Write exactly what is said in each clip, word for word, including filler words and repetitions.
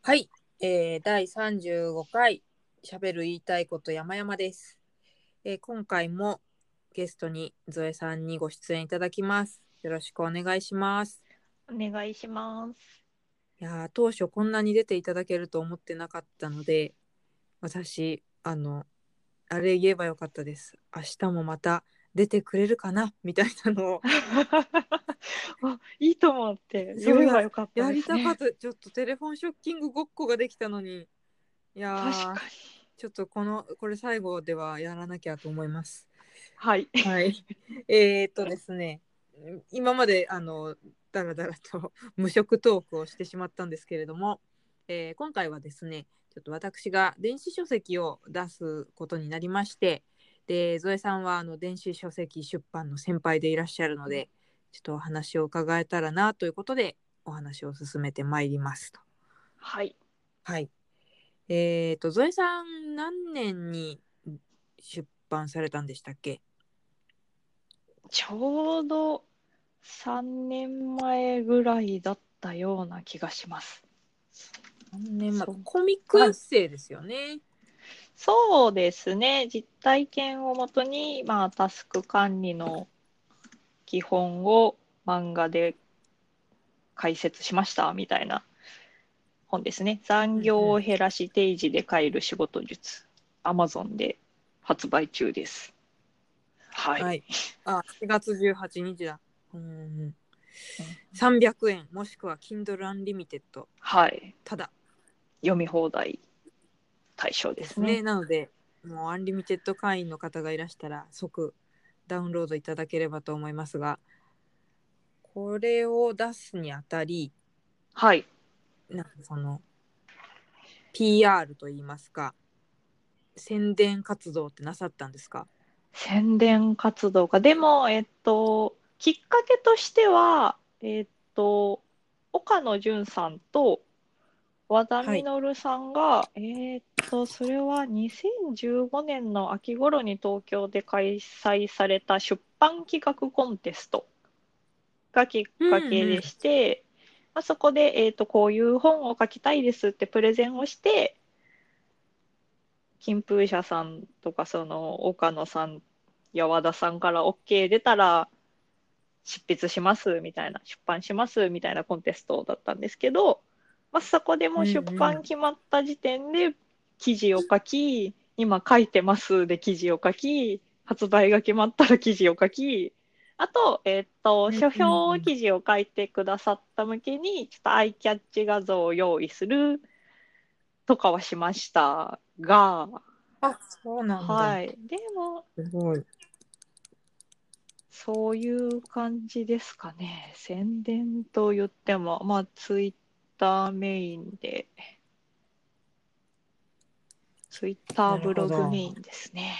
はい、えー、だいさんじゅうごかいしゃべる言いたいこと山々です、えー今回もゲストにゾエさんにご出演いただきます。よろしくお願いします。 お願いします。 いやー、当初こんなに出ていただけると思ってなかったので、私あのあれ言えばよかったです。明日もまた出てくれるかなみたいなのをあ、いいと思って言えばそうやよかったやですね。 りたかった。ちょっとテレフォンショッキングごっこができたのに、いやー確かに。 ちょっとこのこれ最後ではやらなきゃと思います。 はい。 はい。えーっとですね、今まであのだらだらと無職トークをしてしまったんですけれども、えー今回はですね、ちょっと私が電子書籍を出すことになりまして、で、ゾエさんはあの電子書籍出版の先輩でいらっしゃるので、ちょっとお話を伺えたらなということで、お話を進めてまいりますと。 はい。 はい。えーっと、ゾエさん、何年に出版されたんでしたっけ？ ちょうどさんねんまえぐらいだったような気がします。 さんねんまえそう。 コミックエッはい。 セイですよね。 そうですね。実体験をもとに、まあ、タスク管理の基本を漫画で解説しましたみたいな本ですね。残うんうん。 業を減らし定時で帰る仕事術。アマゾンで発売中です。はい。 はい。あ、しがつじゅうはちにちだ。うんうん。 うん、 さんびゃくえんもしくは Kindle Unlimited はい。 ただ読み放題対象でですね。 すね。 なので、もうアンリミテッド会員の方がいらしたら即ダウンロードいただければと思いますが、これを出すにあたり、 はい。 なんかその ピーアール といいますか、宣伝活動ってなさったんですか？ 宣伝活動か。でも、えっと、きっかけとしては、えっと、岡野純さんと和田はい。 実さんが、えっと、それはにせんじゅうごねんの秋頃に東京で開催された出版企画コンテストがきっうんうん。 かけでして、まあ、そこで、えっと、こういう本を書きたいですってプレゼンをして、金風社さんとかその岡野さんや和田さんから OK 出たら執筆しますみたいな、出版しますみたいなコンテストだったんですけど、まあ、そこでもうう出んうん。 版決まった時点で記事を書き、今書いてますで記事を書き、発売が決まったら記事を書き、あと、えっと、 うん書うんうん。 評記事を書いてくださった向けに、ちょっとアイキャッチ画像を用意するとかはしましたが、 あ、そうなんだ。 はい。でも、 すごい。 そういう感じですかね。宣伝と言っても、まあ、ツイッターメインで、ツイッターなるブログメほど。 インですね。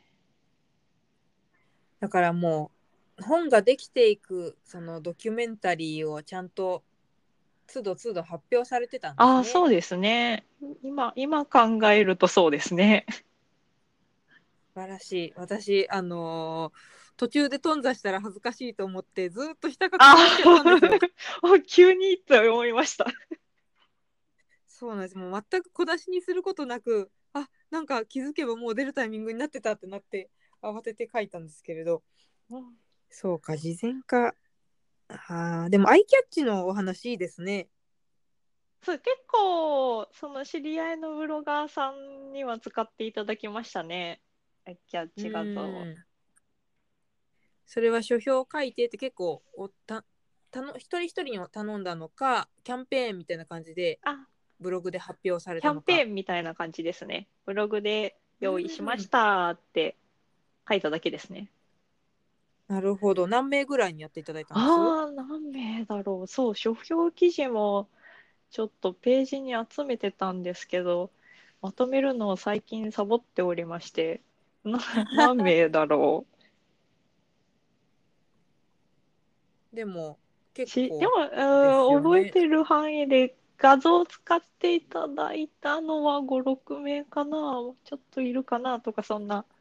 だからもう本ができていくそのドキュメンタリーをちゃんと都度都度発表されてたんですああ、 ね。 そうですね。今、今考えるとそうですね。 素晴らしい。私、あのー途中で頓挫したら恥ずかしいと思ってずっとひた隠しにしあてたんですよ。 あ、急にって思いました。 そうなんです。もう全く小出しにすることなく、あ、なんか気づけばもう出るタイミングになってたってなって慌てて書いたんですけれど、そうか、事前か。あーでもアイキャッチのお話いいですね。 そう、結構、その知り合いのブロガーさんには使っていただきましたね。キャッうチ画像を。 ーん。それは書評を書いてって結構おたたの一人一人に頼んだのか、キャンペーンみたいな感じであ、 ブログで発表されキャンペたのか。 ーンみたいな感じですね。ブログでう用意しましん。 たって書いただけですね。 なるほど。何名ぐらいにやっていただいたんです？ ああ、何名だろう。そう、書評記事もちょっとページに集めてたんですけど、まとめるのを最近サボっておりまして、な、何名だろう。 でも結し、でも、 構うですーん覚えよね。 てる範囲で画像を使っていただいたのはご、ろく名かな。ちょっといるかなとか、そんな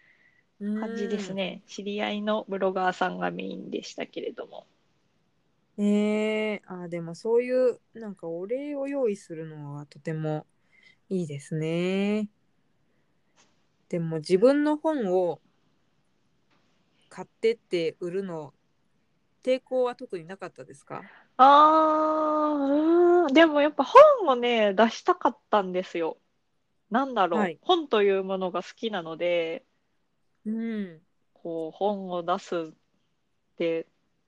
う感じでーん。 すね。知り合いのブロガーさんがメインでしたけれども。 えー、あ、でもそういうなんかお礼を用意するのはとてもいいですね。でも自分の本を買ってって売るの抵抗は特になかったですか？ あー、うーん、でもやっぱ本をね、出したかったんですよ。なんだろう、 はい。 本というものが好きなので、 うん。 こう、本を出すって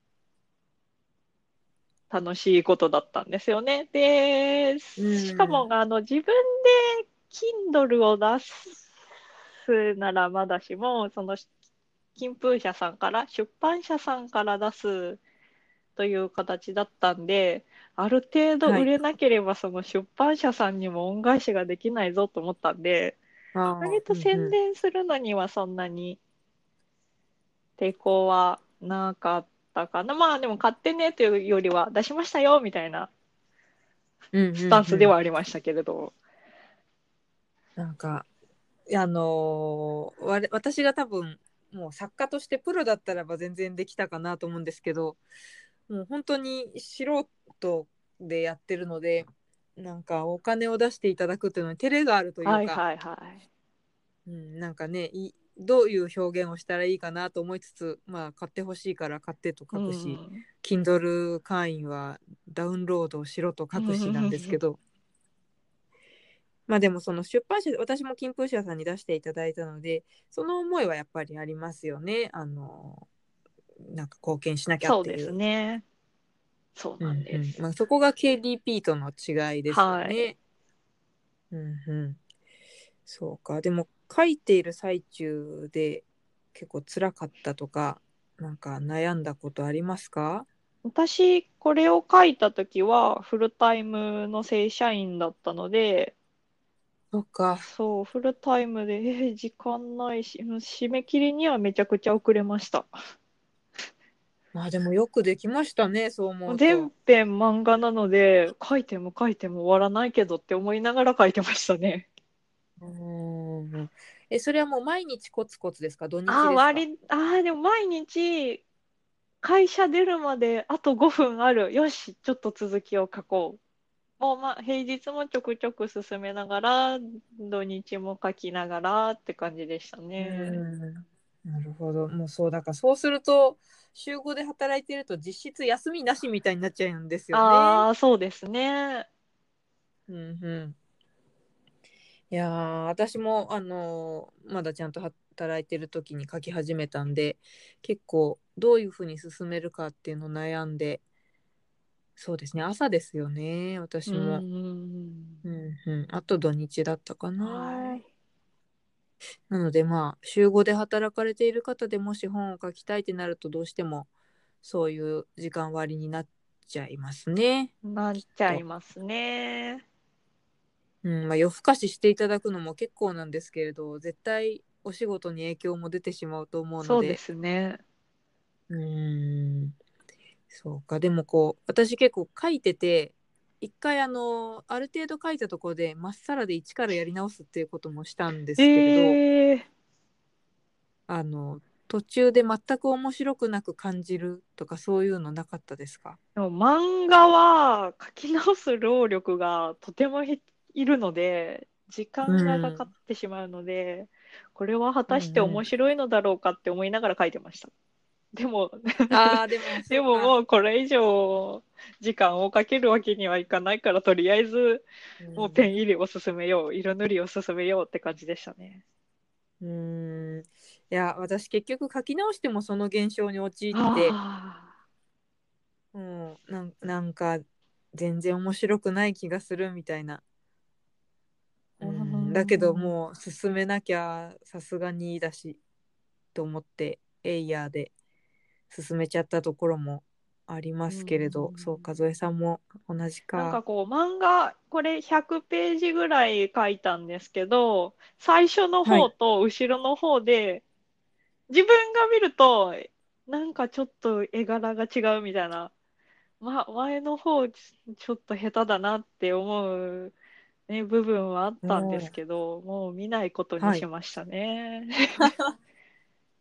楽しいことだったんですよね。で、 うしかも、 ん。 あの、自分で Kindle を出すならまだしも、その、金風社さんから、出版社さんから出すという形だったんで、ある程度はい。 売れなければ、その出版社さんにも恩返しができないぞと思ったんで、 ああ、 割とうんう宣伝するのにはそんなに抵抗はなかったかな。まあでも買ってねというよりは出しましたよみたいなん。うんスタンスでうんうん。 はありましたけれど。 なんか、あのーわれ私が多分、もう作家としてプロだったらば全然できたかなと思うんですけど、もう本当に素人でやってるので、なんかお金を出していただくっていうのに照れがあるというか、 はいはいはい。 うん、なんかねい、どういう表現をしたらいいかなと思いつつ、まあ、買ってほしいから買ってとう書くし、 ん。 Kindle 会員はダウンロードをしろと書くしなんですけど、まあでもその出版社で私も金風社さんに出していただいたので、その思いはやっぱりありますよね。あのなんか貢献しなきゃっそうですていう。 ね。そううんうん。 なんです。 まあそこが ケーディーピー との違いですよはい。 ね。うんうん。そうか。でも書いている最中で結構辛かったとか、なんか悩んだことありますか？ 私、これを書いたときはフルタイムの正社員だったので、 そうか。 そう、フルタイムで、えー時間ないし、うん締め切りにはめちゃくちゃ遅れました。 まあでもよくできましたね、そう思う全と。 編漫画なので、書いても書いても終わらないけどって思いながら書いてましたね。 うーん。え、それはもう毎日コツコツですか？土ああ、 日ですか？ 割り、ああ、でも毎日、会社出るまであとごふんある。よし、ちょっと続きを書こう。もう、まあ、平日もちょくちょく進めながら、土日も書きながらって感じでしたうーね。 ん。なるほど。もうそう、だからそうすると、週ごで働いてると実質休みなしみたいになっちゃうんですよね。 ああ、そうですね。 うんうん。いやー、私も、あのーまだちゃんと働いてる時に書き始めたんで、結構どういうふうに進めるかっていうのを悩んで、そうですね、朝ですよね、 う私も。 ん。 うんうん。あと土日だったかな。 はい。 なのでまあ、週ごで働かれている方でもし本を書きたいってなると、どうしてもそういう時間割になっちゃいますね、 なっきっと。 ちゃいますね。 うん、まあ、夜更かししていただくのも結構なんですけれど、絶対お仕事に影響も出てしまうと思うのそうでで、 すね。 うーん、そうか。でもこう、私結構書いてて、一回あの、ある程度書いたところで、まっさらで一からやり直すっていうこともしたんですけれど、 ええ、 あの、途中で全く面白くなく感じるとかそういうのなかったですか？ でも漫画は書き直す労力がとてもいるので、時う間がかかっん。 てしまうので、これは果たしてうんうん。 面白いのだろうかって思いながら書いてました。でも、 ああ、でもそでうか。 ももうこれ以上時間をかけるわけにはいかないから、とりあえずうもうペンん。 入れを進めよう、色塗りを進めようって感じでしたね。 うーん。いや、私結局書き直してもその現象に陥って、 あうん、なんなんか全然面白くない気がするみたいな。 あ、 ううん、だけどん、 もう進めなきゃさすがにだしと思ってエイヤーで進めちゃったところもありまうすけれど、そうか、ゾん。 エさんも同じか。 なんかこう漫画、これひゃくページぐらい書いたんですけど、最初のはい。 方と後ろの方で、自分が見ると、なんかちょっと絵柄が違うみたいな、ま、前の方ちょっと下手だなって思う、ね、部分はあったんですおー、 けど、もう見ないことにはい。 しましたね。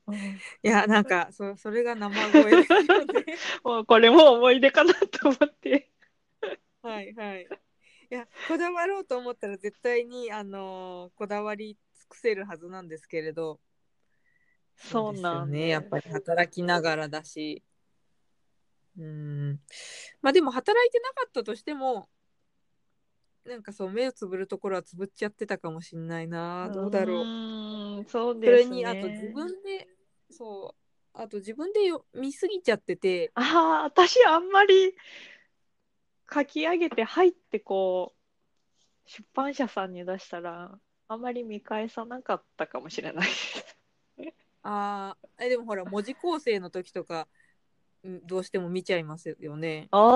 うん、 いや、なんか、そ、それが生声ですよね。 もうこれも思い出かなと思って。 はいはい。いや、こだわろうと思ったら絶対に、あのーこだわり尽くせるはずなんですけれど、そうそうですよね。やっなんです。 ぱり働きながらだし、うん。まあでも働いてなかったとしても、なんかそう、目をつぶるところはつぶっちゃってたかもしんないうな。どうだろう。 ーん、そうですそれに、あと自ね。 分で、そう、あと自分でよ見すぎちゃってて、 ああ、私あんまり書き上げて入ってこう、出版社さんに出したら、あんまり見返さなかったかもしれないです。 ああ、え、でもほら、文字構成の時とか、うんどうしても見ちゃいますよね。 あ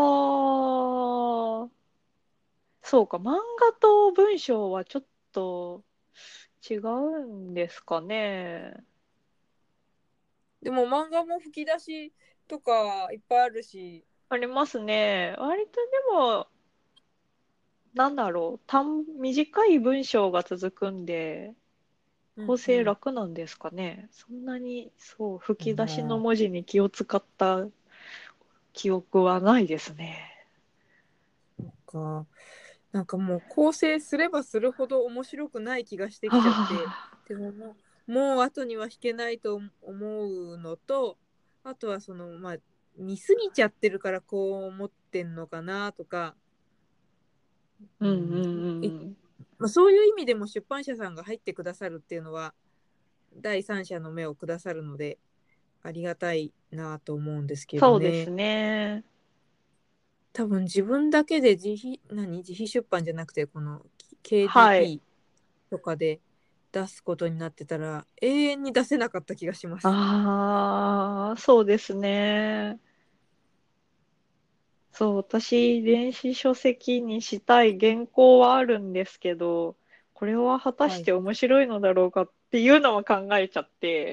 あ、そうか、漫画と文章はちょっと違うんですかね。 でも漫画も吹き出しとかいっぱいあるし、 ありますね。割とでも、なんだろう、短、短い文章が続くんで、構成うんうん。 楽なんですかね。そんなに、そう、吹き出しのあ文字に気を使った記憶はないですね。 ーか。なんかもう構成すればするほど面白くない気がしてはきちゃって、 あ、 でももう、もう後には引けないと思うのと、あとはその、まあ、見すぎちゃってるからこう思ってんのかなとか、 うんうんうん、いうんうん。 まあ、そういう意味でも出版社さんが入ってくださるっていうのは、第三者の目をくださるので、ありがたいなと思うんですけどそうですね。 ね。 多分自分だけで自費、何自費出版じゃなくて、このはい。 ケーディーピー とかで出すことになってたら、永遠に出せなかった気がします。 ああ、そうですね。そう、私、電子書籍にしたい原稿はあるんですけど、これは果たはい。 して面白いのだろうかっていうのも考えちゃって、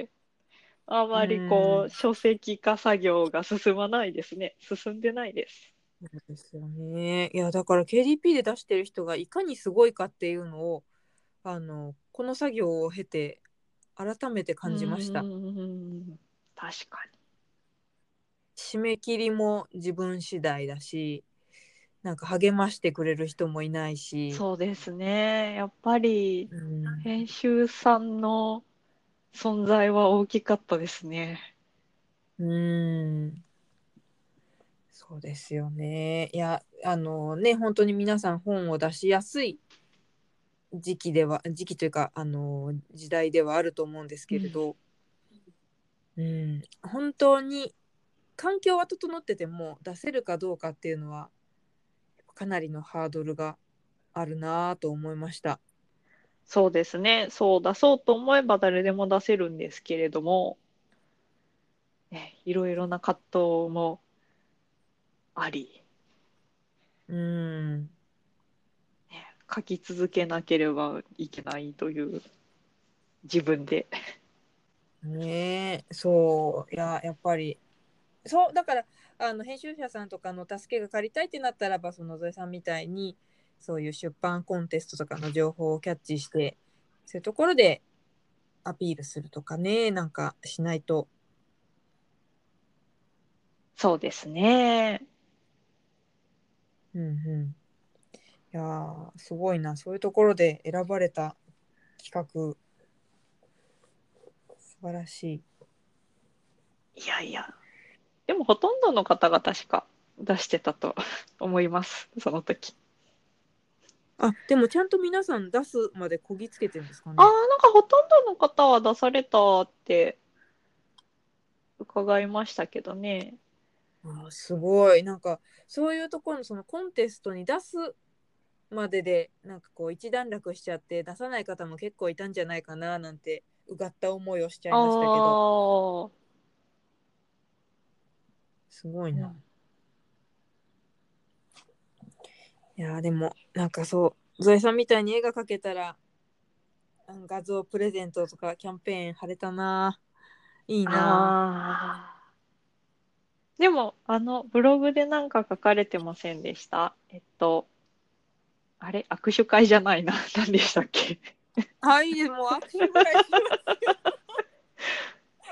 あうまりこう、 ーん。 書籍化作業が進まないですね。進んでないです。 そうですよね。いや、だから ケーディーピー で出してる人がいかにすごいかっていうのを、あの、この作業を経て改めてう感じました。 ーん、確かに。 締め切りも自分次第だし、なんか励ましてくれる人もいないし、 そうですね。やっぱり、 うん、 編集さんの存在は大きかったですね。 うーん、そうですよね。いや、あのね、本当に皆さん本を出しやすい時期では、時期というか、あの、時代ではあると思うんですうん、 けれど、うん、本当に環境は整ってても出せるかどうかっていうのは、かなりのハードルがあるなぁと思いました。 そうですね。そう出そうと思えば誰でも出せるんですけれども、ね、いろいろな葛藤もあり、 うん。 ね、書き続けなければいけないという自分で。 ねえ、そう、いや、やっぱり、そう、だから、あの、編集者さんとかの助けが借りたいってなったらば、そのゾエさんみたいに、そういう出版コンテストとかの情報をキャッチして、そういうところでアピールするとかね、なんかしないと。 そうですね。 うんうん。いやー、すごいな。そういうところで選ばれた企画、素晴らしい。 いやいや。でもほとんどの方が確か出してたと思います。その時。 あ、でもちゃんと皆さん出すまでこぎつけてんですかああ、 ね。 なんかほとんどの方は出されたって伺いましたけどね。 あー、すごい。なんか、そういうところのそのコンテストに出すまでで、なんかこう一段落しちゃって出さない方も結構いたんじゃないかななんて、うがった思いをしちゃあいましたけど、 あ、 すごいな。 うん、 いやーでも、なんかそう、ゾエさんみたいに絵が描けたら、うん画像プレゼントとかキャンペーン貼れたな。いいな。 ああ。でも、あの、ブログでなんか書かれてませんでした？えっと、あれ握手会じゃないな。何でしたっけ？ はい、もう握手ぐらいしますよ。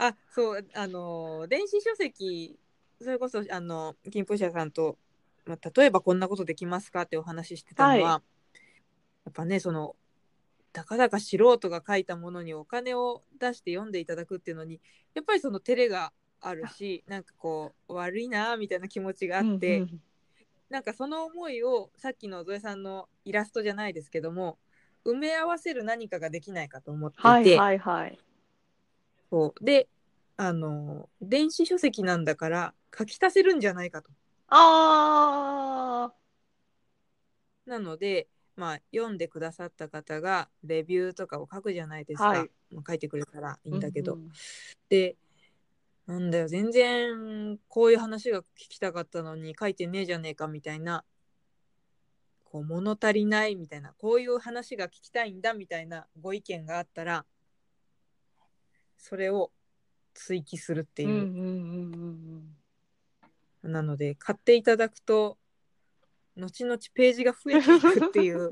あ、そう、あの電子書籍、それこそあの金峰社さんと、まあ、例えばこんなことできますかってお話ししてたはい。 のは、やっぱね、そのたかだか素人が書いたものにお金を出して読んでいただくっていうのに、やっぱりその照れがあるし、なんかこう悪いなみたいな気持ちがあうって、 んうん。 なんかその思いをさっきのゾエさんのイラストじゃないですけども、埋め合わせる何かができないかと思っていはいて、 はいはい。 そうで、あの電子書籍なんだから書き足せるんじゃないかと。 ああ、 なので、まあ、読んでくださった方がレビューとかを書くじゃないですか。 はい。 まあ、書いてくれたらいいうんんだけど。 うん。 で、なんだよ、全然こういう話が聞きたかったのに書いてねえじゃねえかみたいな、こう物足りないみたいな、こういう話が聞きたいんだみたいなご意見があったら、それを追記するっていう。 うんうんうんうんなので、買っていただくと、後々ページが増うん。 えていくっていう。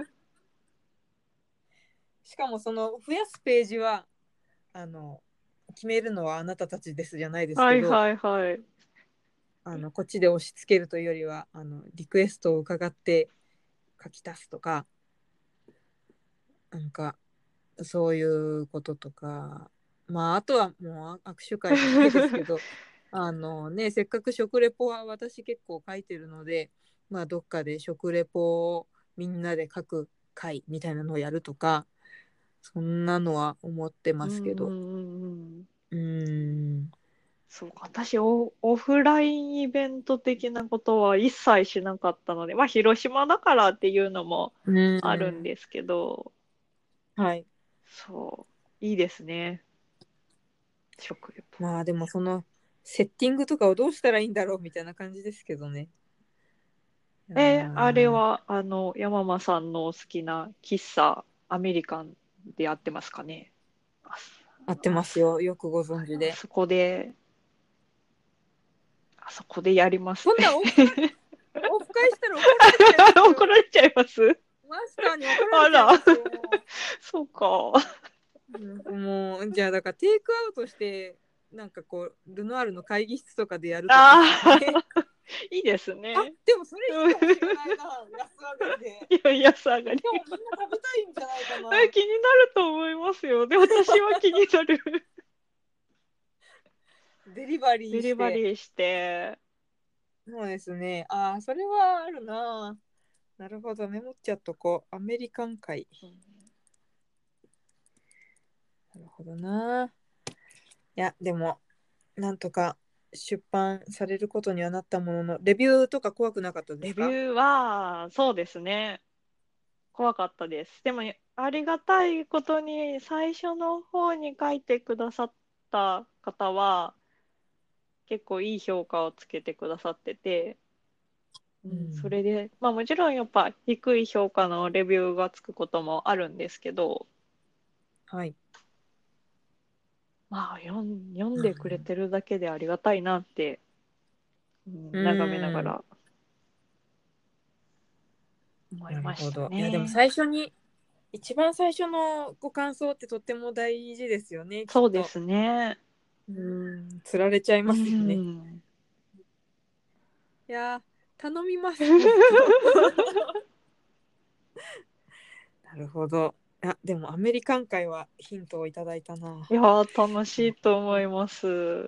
しかもその増やすページは、あの、決めるのはあなたたちですじゃないですけど、 はいはいはい。 あのこっちで押し付けるというよりは、あのリクエストを伺って書き足すとか、なんかそういうこととか、まああとはもう握手会じゃないですけど、あのね、せっかく食レポは私結構書いてるので、まあどっかで食レポをみんなで書く会みたいなのをやるとか、そんなのは思ってうんますけど、 うんうんうん。 うーん、 そうか、私オ、オフラインイベント的なことは一切しなかったので、まあ、広島だからっていうのもうーあるんん、 ですけど、 はい。 そう、いいですね、食レポ。 まあでもそのセッティングとかをどうしたらいいんだろうみたいな感じですけどね。いやえ、あれー、 は、あの、山間さんの好きな喫茶、アメリカンでやってますかね。あ、 合ってあ、 ますよ。よくご存知で。 あそこで、あそこでやりますね。 そんなオフ会、オフ会したら怒られちゃいます怒らよ。 れちゃいます。 マスターに怒られあら、 ちゃいますよ。もそうか。 う、なんかもう、じゃあだからテイクアウトして、なんかこう、ルノアールの会議室とかでやるとかね。 ああ、いいですあ、 ね。 でもそれいいかもしれうんないな。安上がりで。 いや、安上がり。 しかもみんな食べたいんじゃないかな。 気になると思いますよ。で、私は気になる。 デリバリーデリして。 バリーして。 そうですね。ああ、それはあるな。なるほど、メモっちゃっとこう。アメリカン会。なるほどな。いや、でも、なんとか出版されることにはなったものの、レビューとか怖くなかったですか？ レビューは、そうですね。怖かったです。でも、ありがたいことに、最初の方に書いてくださった方は、結構いい評価をつけてくださってて、うん、そうん。 れで、まあもちろんやっぱ低い評価のレビューがつくこともあるんですけど、 はい。 まあ読ん、読んうでくれてるだけでありがたいなって、うーん、眺めながん。 ら思いなるましたほど。いや、でもね。 最初に、一番最初のご感想ってとっても大事ですよね、きっと。 そうですね。 うーん。つられちゃいうますよね。 ん。 いやー、頼みます、本当。なるほど。あ、でもアメリカン会はヒントをいただいたな。 いやー、楽しいと思います。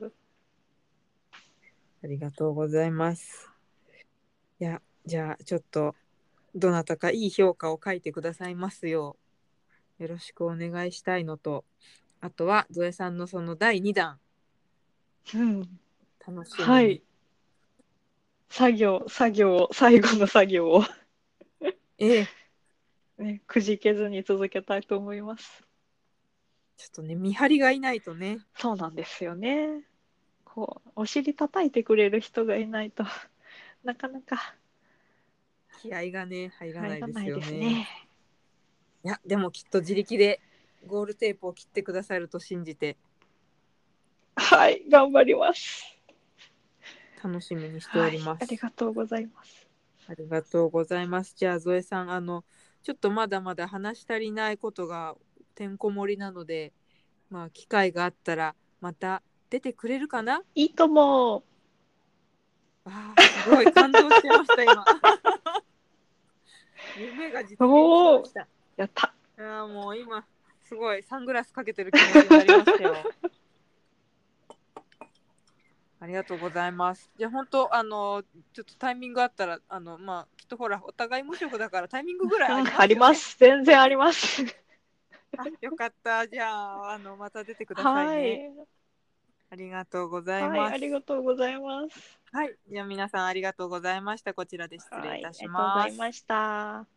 ありがとうございます。いや、じゃあちょっとどなたかいい評価を書いてくださいますようよろしくお願いしたいのと、あとはゾエさんのそのだいにだんうん。 楽しみに。 はい。作業、作業、最後の作業をええ、 ね、くじけずに続けたいと思います。 ちょっとね、見張りがいないとね、 そうなんですよね。こう、お尻叩いてくれる人がいないとなかなか気合がね、入らないです入らないよね。 ですね。 いや、でもきっと自力でゴールテープを切ってくださると信じてはい、頑張ります。 楽しみにしておはい、ありります。 がとうございます。 ありがとうございます。じゃあ、ゾエさん、あの、ちょっとまだまだ話し足りないことがてんこ盛りなので、まあ、機会があったら、また出てくれるかな。 いいとも。 あーすごい感動しちゃいました今夢が実現しおお、 ました。 やった。 あーもう今すごいサングラスかけてる気持ちになりましたよありがとうございます。じゃあ本当あのちょっとタイミングあったらあのまあきっとほらお互い無職だからタイミングぐらいありうん、 ますよね。 あります。全然あります。 あ、よかった。じゃああのまた出てくださいね。 はい。 ありがとうございはい、ありがます。 とうございます。 はい、じゃあ皆さんありがとうございました。こちらで失礼はい、 いたしありがとうござます。 いました。